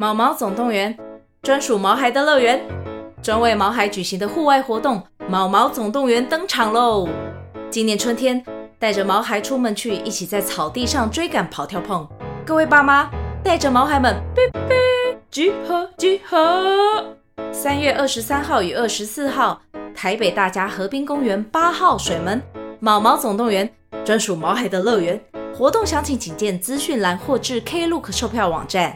毛毛总动员，专属毛孩的乐园，专为毛孩举行的户外活动毛毛总动员登场喽！今年春天，带着毛孩出门去，一起在草地上追赶跑跳碰。各位爸妈，带着毛孩们，集合集合！3月23号与24号，台北大家河滨公园8号水门毛毛总动员，专属毛孩的乐园。活动详情请见资讯栏或至 Klook 售票网站。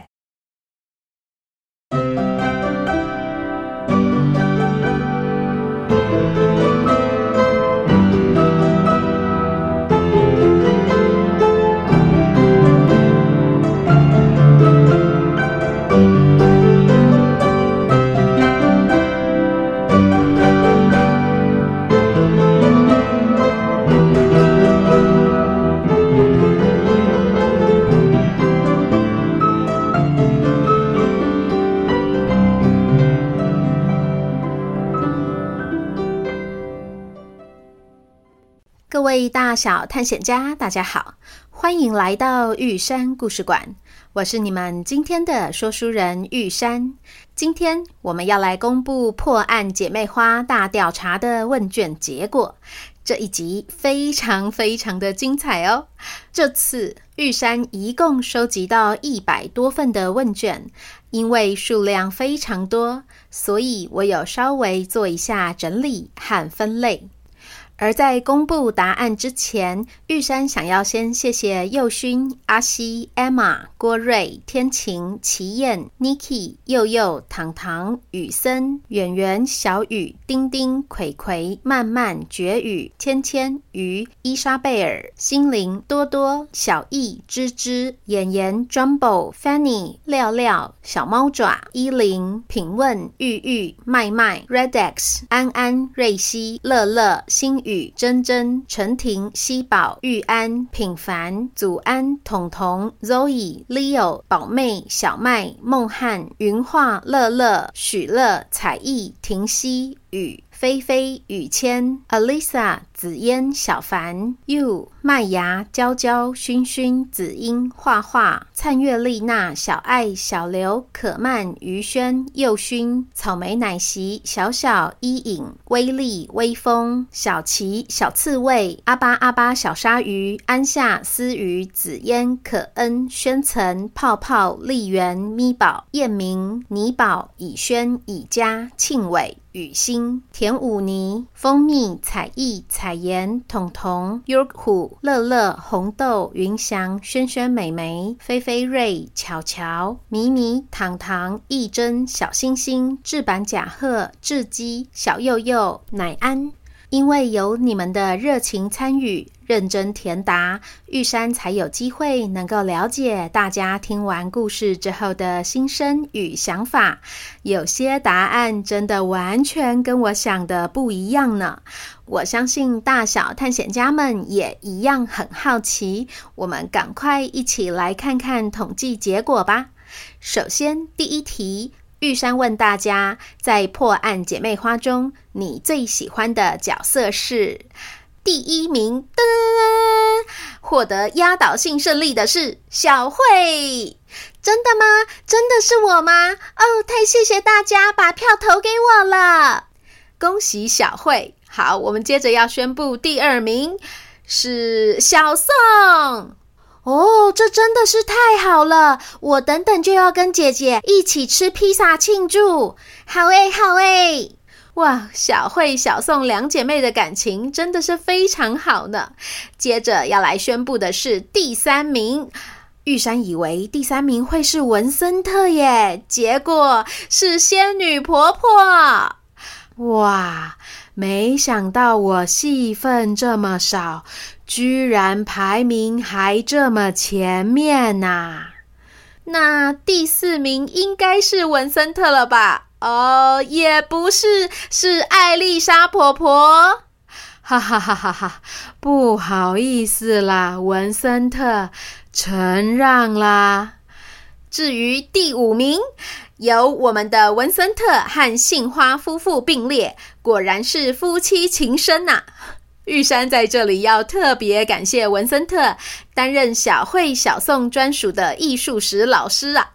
各位大小探险家，大家好，欢迎来到玉山故事馆，我是你们今天的说书人玉山。今天我们要来公布破案姐妹花大调查的问卷结果，这一集非常的精彩哦。这次玉山一共收集到100多份的问卷，因为数量非常多，所以我有稍微做一下整理和分类。而在公布答案之前，玉山想要先谢谢佑勋、阿西、Emma、郭瑞、天晴、齐燕、Niki、佑佑、糖糖、雨森、圆圆、小雨、丁丁、葵葵、曼曼、绝雨、芊芊、鱼、伊莎贝尔、心灵、多多、小易、芝芝、妍妍、Jumbo、Fanny、廖廖、小猫爪、依林、品问、玉玉、麦麦、Redex、安安、瑞希、乐乐、心雨、珍珍、陈婷、西宝、玉安、品凡、祖安、彤彤、Zoe、Leo、宝妹、小麦、梦汉、云画、乐乐、许乐、彩艺、婷熙、雨、菲菲、雨谦、Alisa、紫嫣、小凡、You、麦芽、娇娇、勋勋、紫英、画画、灿月丽娜、小爱、小刘、可曼、于轩、佑勋、草莓奶昔、小小、伊颖、威力、威风、小琪、小刺猬、阿巴阿巴、小鲨鱼、安夏、思雨、紫嫣、可恩、宣岑、泡泡、丽媛、咪宝、燕明、倪宝、以轩、以佳、庆伟、雨欣、田武妮、蜂蜜、彩艺、彩妍、彤彤、York 虎、乐乐、红豆、云翔、轩轩、美眉、菲菲瑞、巧巧、咪咪、糖糖、义珍、小星星、志板甲贺、志基、小佑佑、乃安。因为有你们的热情参与、认真填答，玉山才有机会能够了解大家听完故事之后的心声与想法。有些答案真的完全跟我想的不一样呢。我相信大小探险家们也一样很好奇，我们赶快一起来看看统计结果吧。首先，第一题，玉山问大家，在破案姐妹花中，你最喜欢的角色是？第一名，获得压倒性胜利的是小慧。真的吗？真的是我吗？哦，太谢谢大家把票投给我了，恭喜小慧。好，我们接着要宣布第二名是小宋。哦，这真的是太好了，我等等就要跟姐姐一起吃披萨庆祝。好诶，好诶。哇，小慧、小宋两姐妹的感情真的是非常好呢。接着要来宣布的是第三名，玉山以为第三名会是文森特耶，结果是仙女婆婆。哇，没想到我戏份这么少，居然排名还这么前面啊。那第四名应该是文森特了吧？哦，也不是，是艾丽莎婆婆。哈哈哈哈哈，不好意思啦，文森特，承让啦。至于第五名，由我们的文森特和杏花夫妇并列，果然是夫妻情深啊。玉山在这里要特别感谢文森特担任小慧小宋专属的艺术史老师啊。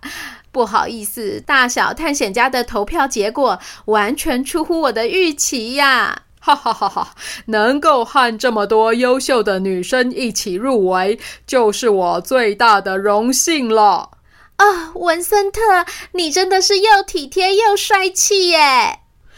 不好意思，大小探险家的投票结果完全出乎我的预期呀！ 哈哈哈哈！能够和这么多优秀的女生一起入围，就是我最大的荣幸了。 文森特，你真的是又体贴又帅气耶！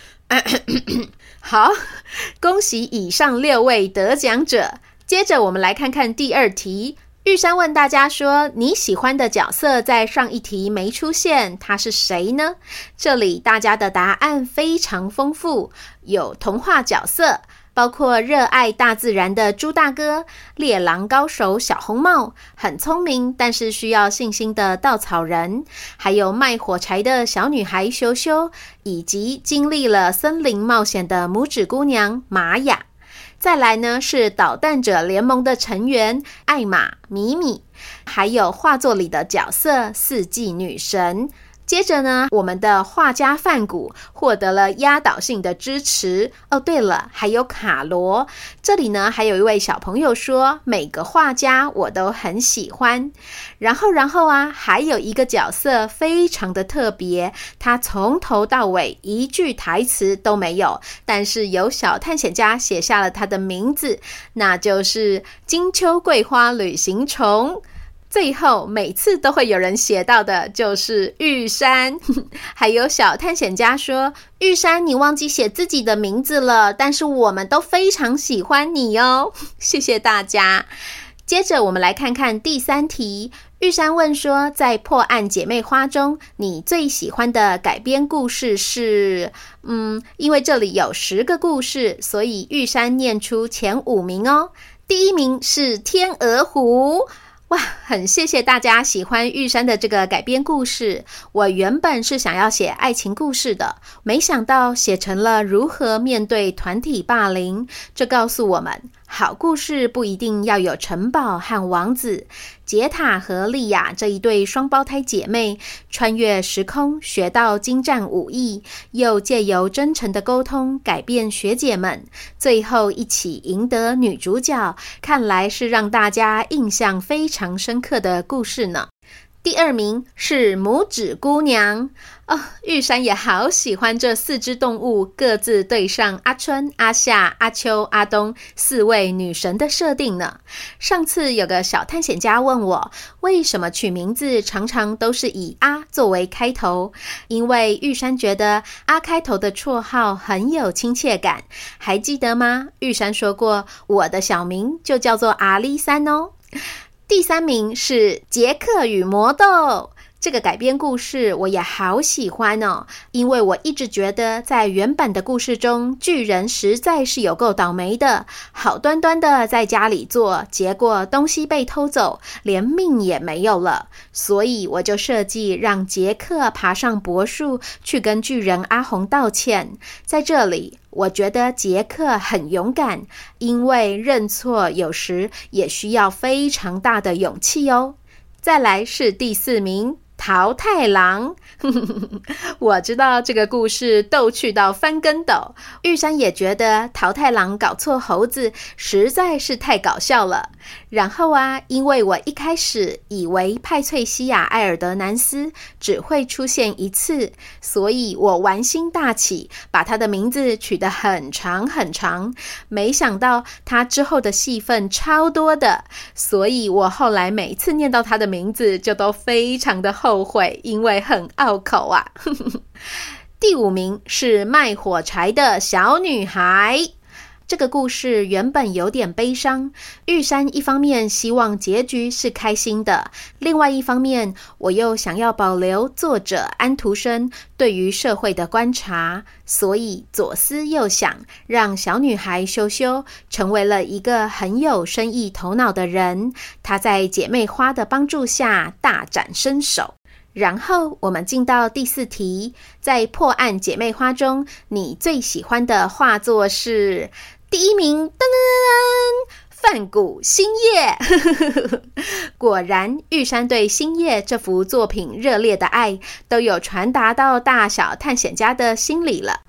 好，恭喜以上6位得奖者。接着我们来看看第2题。玉山问大家说，你喜欢的角色在上一题没出现，他是谁呢？这里大家的答案非常丰富，有童话角色，包括热爱大自然的猪大哥、猎狼高手小红帽，很聪明但是需要信心的稻草人，还有卖火柴的小女孩羞羞，以及经历了森林冒险的拇指姑娘玛雅。再来呢是捣蛋者联盟的成员艾玛、米米，还有画作里的角色四季女神。接着呢，我们的画家梵谷获得了压倒性的支持。对了，还有卡罗。这里呢，还有一位小朋友说，每个画家我都很喜欢。然后还有一个角色非常的特别，他从头到尾一句台词都没有，但是有小探险家写下了他的名字，那就是金秋桂花旅行虫。最后每次都会有人写到的就是玉山。还有小探险家说，玉山你忘记写自己的名字了，但是我们都非常喜欢你哦。谢谢大家。接着我们来看看第3题。玉山问说，在破案姐妹花中，你最喜欢的改编故事是？因为这里有10个故事，所以玉山念出前5名哦。第1名是天鹅湖。哇，很谢谢大家喜欢玉山的这个改编故事。我原本是想要写爱情故事的，没想到写成了如何面对团体霸凌。这告诉我们，好故事不一定要有城堡和王子。杰塔和莉亚这一对双胞胎姐妹穿越时空，学到精湛武艺，又借由真诚的沟通改变学姐们，最后一起赢得女主角，看来是让大家印象非常深刻的故事呢。第2名是拇指姑娘。玉山也好喜欢这4只动物各自对上阿春、阿夏、阿秋、阿冬4位女神的设定呢。上次有个小探险家问我，为什么取名字常常都是以阿作为开头？因为玉山觉得阿开头的绰号很有亲切感。还记得吗？玉山说过，我的小名就叫做阿丽山哦。第3名是杰克与魔豆。这个改编故事我也好喜欢哦，因为我一直觉得在原版的故事中，巨人实在是有够倒霉的，好端端的在家里做，结果东西被偷走，连命也没有了。所以我就设计让杰克爬上柏树去跟巨人阿红道歉。在这里我觉得杰克很勇敢，因为认错有时也需要非常大的勇气哦。再来是第4名桃太郎。我知道这个故事逗趣到翻跟斗，玉山也觉得桃太郎搞错猴子实在是太搞笑了。然后因为我一开始以为派翠西亚·埃尔德南斯只会出现1次，所以我玩心大起，把他的名字取得很长很长，没想到他之后的戏份超多的，所以我后来每一次念到他的名字就都非常的后悔，因为很拗口啊。第5名是卖火柴的小女孩。这个故事原本有点悲伤，玉山一方面希望结局是开心的，另外一方面我又想要保留作者安徒生对于社会的观察，所以左思右想，让小女孩羞羞成为了一个很有生意头脑的人，她在姐妹花的帮助下大展身手。然后我们进到第4题，在破案姐妹花中，你最喜欢的画作是？第1名，噔噔噔，梵谷星夜。果然玉山对星夜这幅作品热烈的爱都有传达到大小探险家的心里了。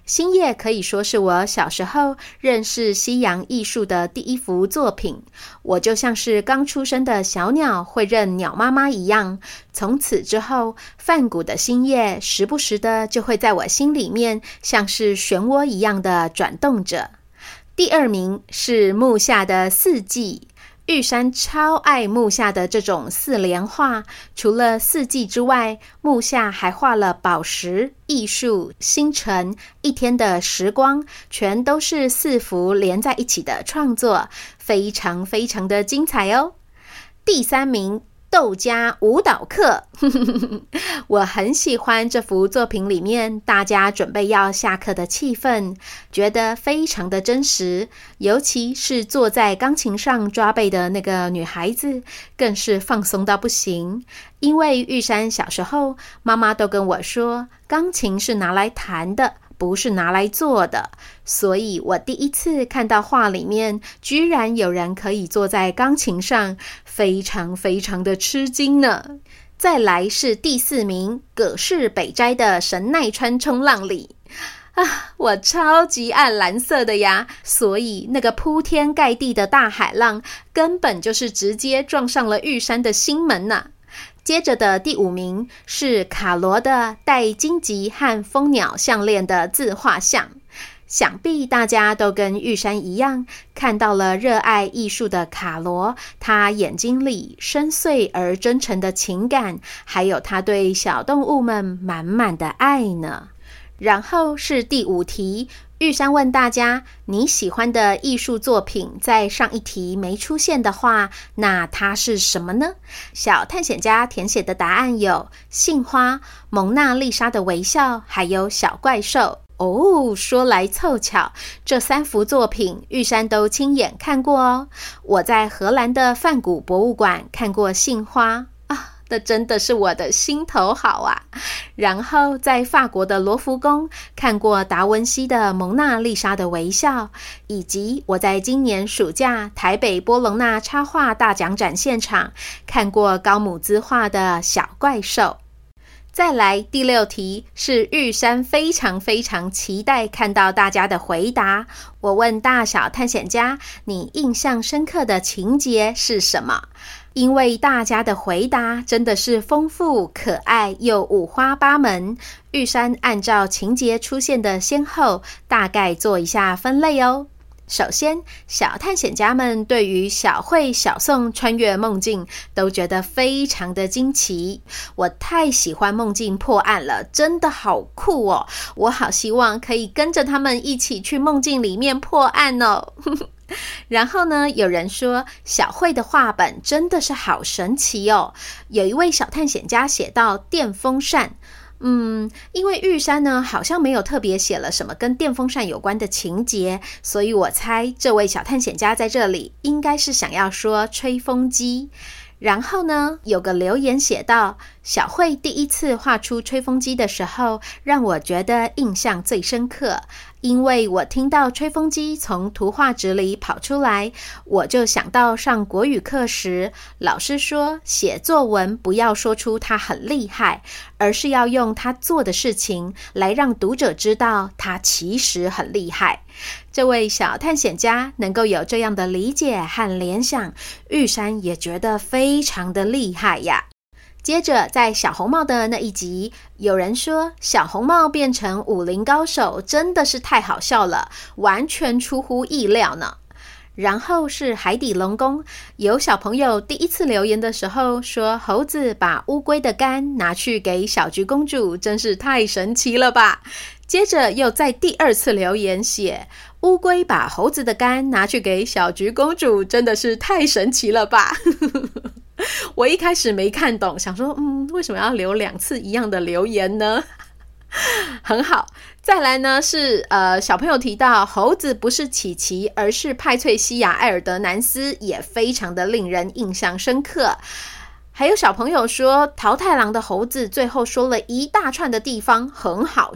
星夜可以说是我小时候认识西洋艺术的第一幅作品，我就像是刚出生的小鸟会认鸟妈妈一样，从此之后，梵谷的星夜时不时的就会在我心里面像是漩涡一样的转动着。第二名是木下的四季，玉山超爱木下的这种四联画，除了四季之外，木下还画了宝石、艺术、星辰、一天的时光，全都是4幅连在一起的创作，非常非常的精彩哦。第3名豆家舞蹈课我很喜欢这幅作品里面大家准备要下课的气氛，觉得非常的真实，尤其是坐在钢琴上抓背的那个女孩子更是放松到不行。因为玉山小时候妈妈都跟我说，钢琴是拿来弹的，不是拿来做的，所以我第一次看到画里面居然有人可以坐在钢琴上，非常非常的吃惊呢。再来是第4名葛饰北斋的神奈川冲浪里我超级爱蓝色的呀，所以那个铺天盖地的大海浪根本就是直接撞上了玉山的心门呢。接着的第5名是卡罗的带荆棘和蜂鸟项链的自画像，想必大家都跟玉山一样，看到了热爱艺术的卡罗，他眼睛里深邃而真诚的情感，还有他对小动物们满满的爱呢。然后是第5题，玉山问大家，你喜欢的艺术作品在上一题没出现的话，那它是什么呢？小探险家填写的答案有杏花、蒙娜丽莎的微笑，还有小怪兽。说来凑巧，这3幅作品玉山都亲眼看过哦。我在荷兰的梵谷博物馆看过杏花那真的是我的心头好啊。然后在法国的罗浮宫看过达文西的蒙娜丽莎的微笑，以及我在今年暑假台北波隆纳插画大奖展现场看过高姆兹画的小怪兽。再来第6题是玉山非常非常期待看到大家的回答。我问大小探险家，你印象深刻的情节是什么？因为大家的回答真的是丰富可爱又五花八门，玉山按照情节出现的先后大概做一下分类哦。首先，小探险家们对于小慧、小宋穿越梦境都觉得非常的惊奇。我太喜欢梦境破案了，真的好酷哦！我好希望可以跟着他们一起去梦境里面破案哦。然后呢，有人说小慧的画本真的是好神奇哦。有一位小探险家写到电风扇，因为玉山呢好像没有特别写了什么跟电风扇有关的情节，所以我猜这位小探险家在这里应该是想要说吹风机。然后呢，有个留言写到，小慧第一次画出吹风机的时候，让我觉得印象最深刻，因为我听到吹风机从图画纸里跑出来，我就想到上国语课时，老师说写作文不要说出他很厉害，而是要用他做的事情来让读者知道他其实很厉害。这位小探险家能够有这样的理解和联想，玉山也觉得非常的厉害呀。接着在小红帽的那一集，有人说小红帽变成武林高手真的是太好笑了，完全出乎意料呢。然后是海底龙宫，有小朋友第一次留言的时候说，猴子把乌龟的肝拿去给小菊公主，真是太神奇了吧。接着又在第2次留言写，乌龟把猴子的肝拿去给小菊公主，真的是太神奇了吧。我一开始没看懂，想说为什么要留2次一样的留言呢？很好。再来呢是小朋友提到猴子不是琪琪，而是派翠西亚艾尔德南斯，也非常的令人印象深刻。还有小朋友说桃太郎的猴子最后说了一大串的地方很好笑。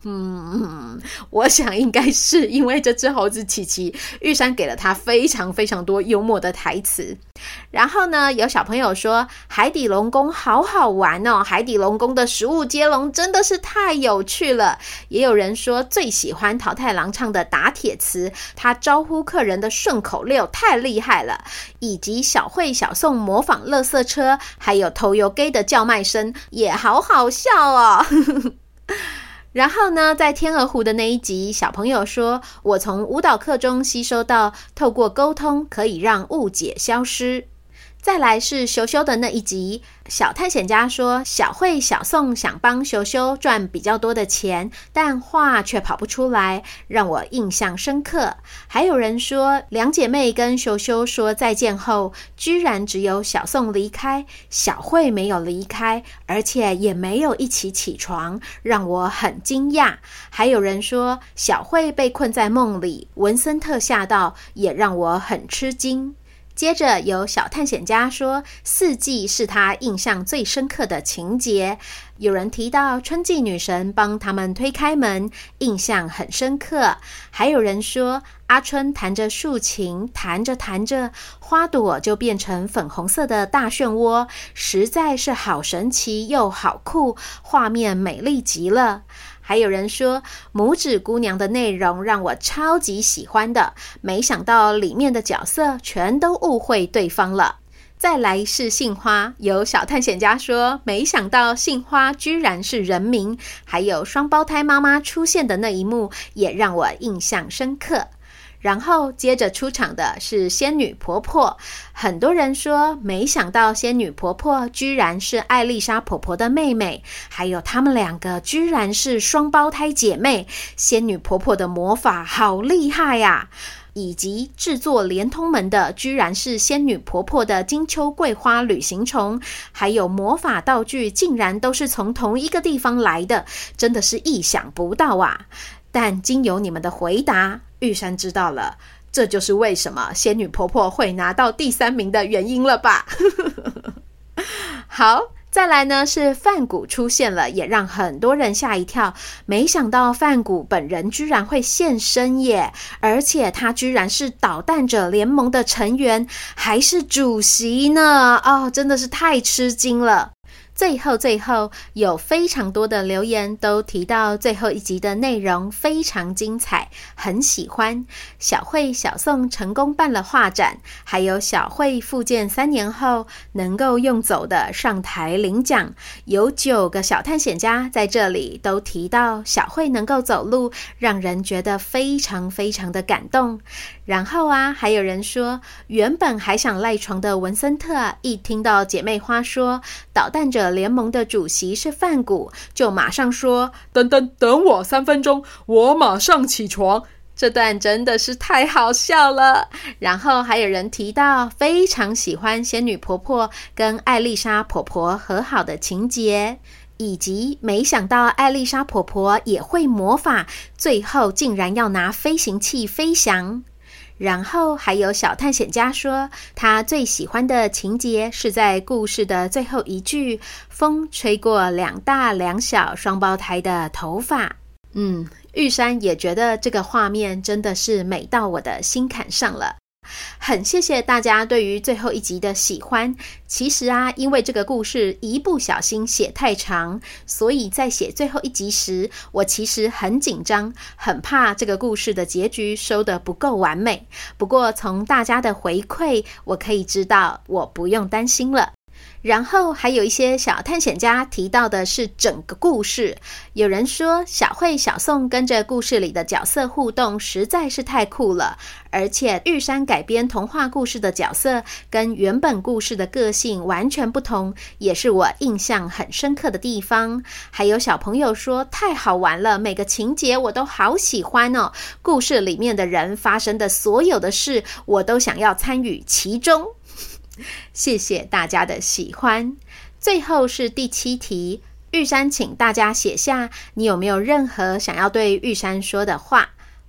我想应该是因为这只猴子琪琪，玉山给了他非常非常多幽默的台词。然后呢，有小朋友说海底龙宫好好玩哦，海底龙宫的食物接龙真的是太有趣了。也有人说最喜欢桃太郎唱的打铁词，他招呼客人的顺口溜太厉害了，以及小慧小宋模仿垃圾车，还有头油给的叫卖声也好好笑哦。然后呢，在天鹅湖的那一集，小朋友说我从舞蹈课中吸收到透过沟通可以让误解消失。再来是羞羞的那一集，小探险家说小慧小宋想帮羞羞赚比较多的钱，但话却跑不出来，让我印象深刻。还有人说两姐妹跟羞羞说再见后，居然只有小宋离开，小慧没有离开，而且也没有一起起床，让我很惊讶。还有人说小慧被困在梦里，文森特吓到，也让我很吃惊。接着有小探险家说四季是他印象最深刻的情节，有人提到春季女神帮他们推开门，印象很深刻。还有人说阿春弹着竖琴，弹着弹着花朵就变成粉红色的大漩涡，实在是好神奇又好酷，画面美丽极了。还有人说拇指姑娘的内容让我超级喜欢的，没想到里面的角色全都误会对方了。再来是杏花，有小探险家说没想到杏花居然是人名，还有双胞胎妈妈出现的那一幕也让我印象深刻。然后接着出场的是仙女婆婆，很多人说没想到仙女婆婆居然是艾丽莎婆婆的妹妹，还有她们两个居然是双胞胎姐妹，仙女婆婆的魔法好厉害呀！以及制作连通门的居然是仙女婆婆的金秋桂花旅行虫，还有魔法道具竟然都是从同一个地方来的，真的是意想不到啊！但经由你们的回答，玉山知道了，这就是为什么仙女婆婆会拿到第3名的原因了吧。好，再来呢是梵谷出现了，也让很多人吓一跳，没想到梵谷本人居然会现身耶，而且他居然是导弹者联盟的成员，还是主席呢，真的是太吃惊了。最后有非常多的留言都提到最后一集的内容非常精彩，很喜欢。小慧小宋成功办了画展，还有小慧复健3年后能够用走的上台领奖，有9个小探险家在这里都提到小慧能够走路，让人觉得非常非常的感动。然后还有人说原本还想赖床的文森特一听到姐妹花说导弹者联盟的主席是梵谷，就马上说等我3分钟，我马上起床。 这段真的是太好笑了。然后还有人提到非常喜欢仙女婆婆跟艾丽莎婆婆和好的情节，以及没想到艾丽莎婆婆也会魔法，最后竟然要拿飞行器飞翔。然后还有小探险家说他最喜欢的情节是在故事的最后一句，风吹过2大2小双胞胎的头发。玉山也觉得这个画面真的是美到我的心坎上了。很谢谢大家对于最后一集的喜欢。其实因为这个故事一不小心写太长，所以在写最后一集时，我其实很紧张，很怕这个故事的结局收得不够完美。不过从大家的回馈，我可以知道我不用担心了。然后还有一些小探险家提到的是整个故事，有人说小慧小宋跟着故事里的角色互动实在是太酷了，而且玉山改编童话故事的角色跟原本故事的个性完全不同，也是我印象很深刻的地方。还有小朋友说太好玩了，每个情节我都好喜欢哦，故事里面的人发生的所有的事我都想要参与其中。谢谢大家的喜欢。最后是第7题，玉山请大家写下你有没有任何想要对玉山说的话。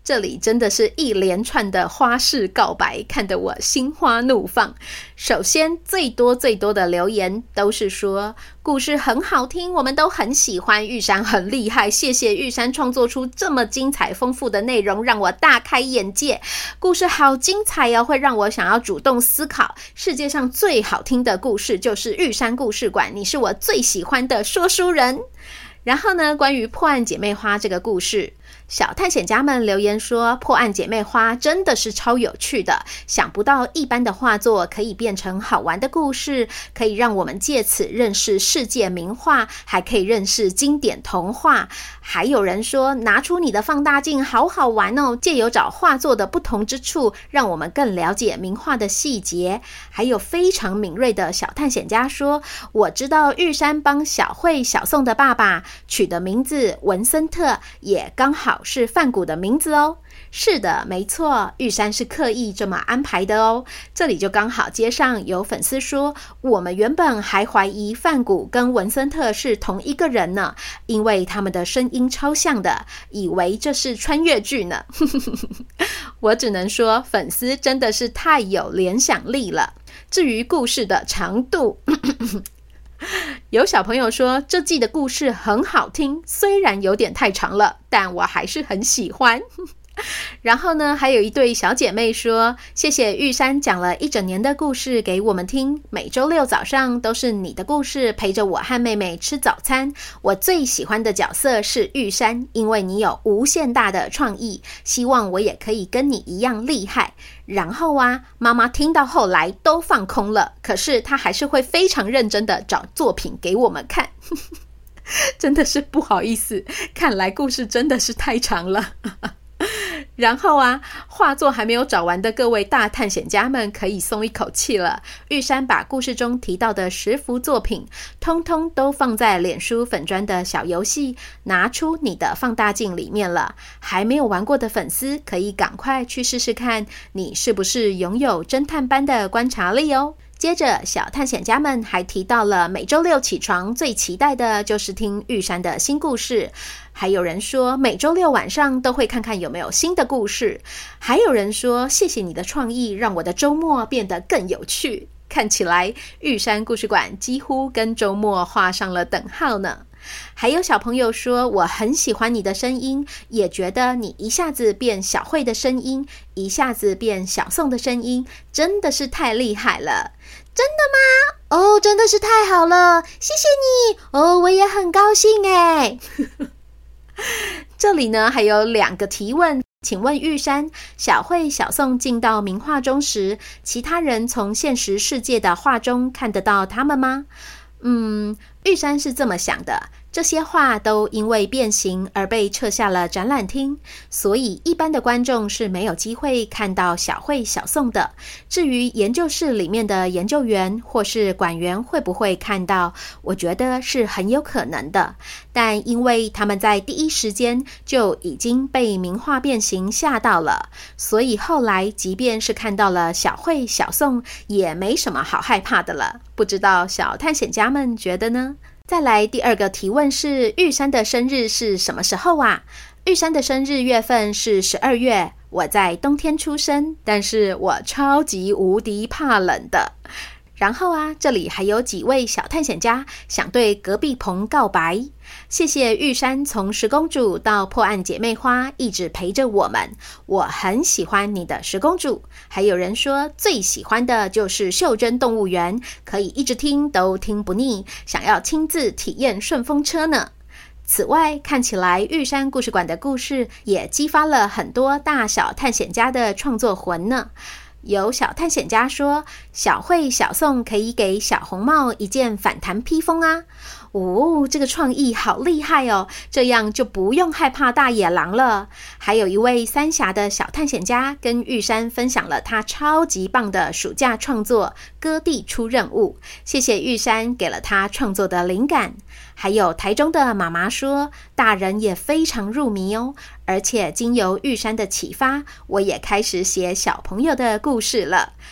这里真的是一连串的花式告白，看得我心花怒放。首先最多的留言都是说故事很好听，我们都很喜欢，玉山很厉害，谢谢玉山创作出这么精彩丰富的内容，让我大开眼界，故事好精彩哦，会让我想要主动思考，世界上最好听的故事就是玉山故事馆，你是我最喜欢的说书人。然后呢，关于破案姐妹花这个故事，小探险家们留言说，破案姐妹花真的是超有趣的，想不到一般的画作可以变成好玩的故事，可以让我们借此认识世界名画，还可以认识经典童话。还有人说，拿出你的放大镜好好玩哦，借由找画作的不同之处，让我们更了解名画的细节。还有非常敏锐的小探险家说，我知道玉山帮小慧小宋的爸爸取的名字文森特也刚好是梵谷的名字哦。是的，没错，玉山是刻意这么安排的哦。这里就刚好接上有粉丝说，我们原本还怀疑梵谷跟文森特是同一个人呢，因为他们的声音超像的，以为这是穿越剧呢。我只能说，粉丝真的是太有联想力了。至于故事的长度有小朋友说，这季的故事很好听，虽然有点太长了，但我还是很喜欢。然后呢，还有一对小姐妹说，谢谢玉山讲了一整年的故事给我们听，每周六早上都是你的故事陪着我和妹妹吃早餐。我最喜欢的角色是玉山，因为你有无限大的创意，希望我也可以跟你一样厉害。然后啊，妈妈听到后来都放空了，可是她还是会非常认真的找作品给我们看。真的是不好意思，看来故事真的是太长了。然后啊，画作还没有找完的各位大探险家们可以松一口气了。玉山把故事中提到的10幅作品通通都放在脸书粉专的小游戏拿出你的放大镜里面了，还没有玩过的粉丝可以赶快去试试看，你是不是拥有侦探般的观察力哦。接着小探险家们还提到了每周六起床最期待的就是听玉山的新故事，还有人说每周六晚上都会看看有没有新的故事，还有人说谢谢你的创意让我的周末变得更有趣。看起来玉山故事馆几乎跟周末画上了等号呢。还有小朋友说，我很喜欢你的声音，也觉得你一下子变小慧的声音，一下子变小宋的声音，真的是太厉害了。真的吗？哦，真的是太好了，谢谢你哦，我也很高兴耶。这里呢还有2个提问，请问玉山，小慧小宋进到名画中时，其他人从现实世界的画中看得到他们吗？玉山是这么想的，这些画都因为变形而被撤下了展览厅，所以一般的观众是没有机会看到小慧小宋的。至于研究室里面的研究员或是馆员会不会看到，我觉得是很有可能的，但因为他们在第一时间就已经被名画变形吓到了，所以后来即便是看到了小慧小宋也没什么好害怕的了。不知道小探险家们觉得呢？再来第2个提问是，玉山的生日是什么时候啊？玉山的生日月份是12月，我在冬天出生，但是我超级无敌怕冷的。然后啊，这里还有几位小探险家想对隔壁棚告白。谢谢玉山从10公主到破案姐妹花一直陪着我们，我很喜欢你的10公主。还有人说最喜欢的就是袖珍动物园，可以一直听都听不腻，想要亲自体验顺风车呢。此外，看起来玉山故事馆的故事也激发了很多大小探险家的创作魂呢。有小探险家说，小慧小宋可以给小红帽一件反弹披风啊。哦，这个创意好厉害哦，这样就不用害怕大野狼了。还有一位三峡的小探险家跟玉山分享了他超级棒的暑假创作割地出任务，谢谢玉山给了他创作的灵感。还有台中的妈妈说，大人也非常入迷哦，而且经由玉山的启发，我也开始写小朋友的故事了。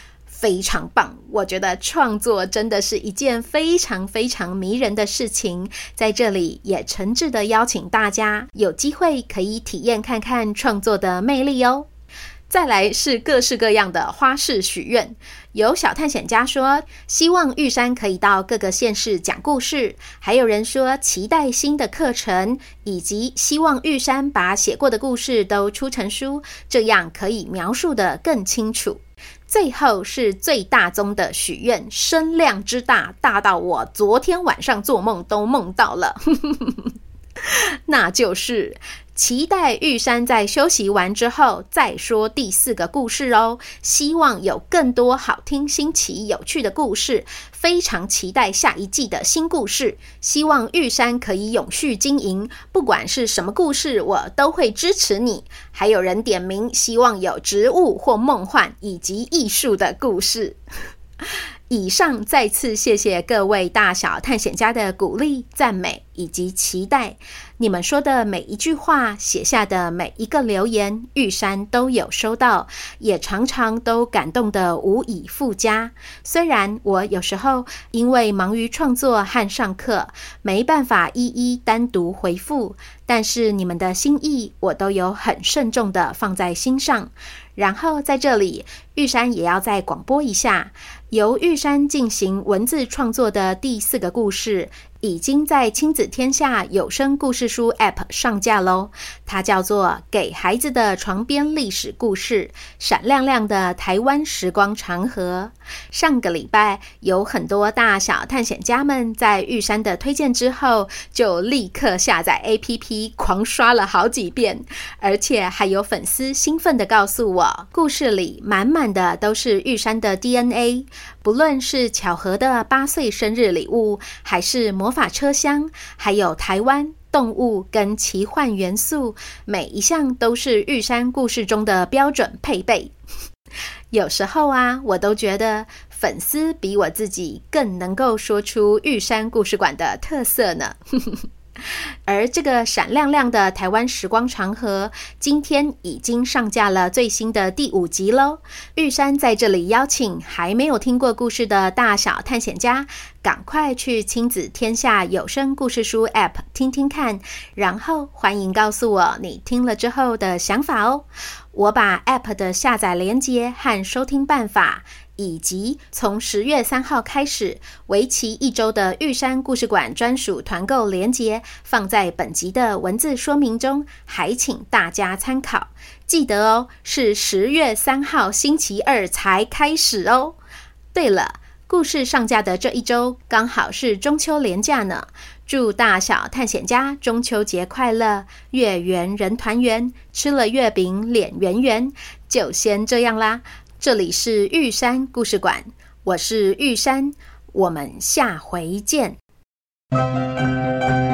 非常棒。我觉得创作真的是一件非常非常迷人的事情，在这里也诚挚的邀请大家有机会可以体验看看创作的魅力哦。再来是各式各样的花式许愿，有小探险家说希望玉山可以到各个县市讲故事，还有人说期待新的课程，以及希望玉山把写过的故事都出成书，这样可以描述得更清楚。最后是最大宗的许愿，声量之大，大到我昨天晚上做梦都梦到了那就是期待玉山在休息完之后再说第4个故事哦，希望有更多好听、新奇、有趣的故事，非常期待下一季的新故事，希望玉山可以永续经营，不管是什么故事我都会支持你。还有人点名希望有植物或梦幻以及艺术的故事以上再次谢谢各位大小探险家的鼓励、赞美以及期待，你们说的每一句话，写下的每一个留言，玉山都有收到，也常常都感动得无以复加。虽然我有时候因为忙于创作和上课，没办法一一单独回复，但是你们的心意我都有很慎重地放在心上。然后在这里，玉山也要再广播一下，由玉山进行文字创作的第4个故事已经在亲子天下有声故事书 App 上架咯，它叫做给孩子的床边历史故事，闪亮亮的台湾时光长河。上个礼拜有很多大小探险家们在玉山的推荐之后，就立刻下载 APP 狂刷了好几遍，而且还有粉丝兴奋地告诉我，故事里满满的都是玉山的 DNA， 不论是巧合的8岁生日礼物，还是魔法车厢，还有台湾动物跟奇幻元素，每一项都是玉山故事中的标准配备。有时候啊，我都觉得粉丝比我自己更能够说出玉山故事馆的特色呢而这个闪亮亮的台湾时光长河今天已经上架了最新的第5集咯。玉山在这里邀请还没有听过故事的大小探险家，赶快去亲子天下有声故事书 App 听听看，然后欢迎告诉我你听了之后的想法哦。我把 App 的下载连结和收听办法，以及从10月3号开始为期1周的玉山故事馆专属团购连结放在本集的文字说明中，还请大家参考。记得哦，是10月3号星期二才开始哦。对了，故事上架的这1周刚好是中秋连假呢，祝大小探险家中秋节快乐，月圆人团圆，吃了月饼脸圆圆。就先这样啦，这里是玉山故事馆，我是玉山，我们下回见。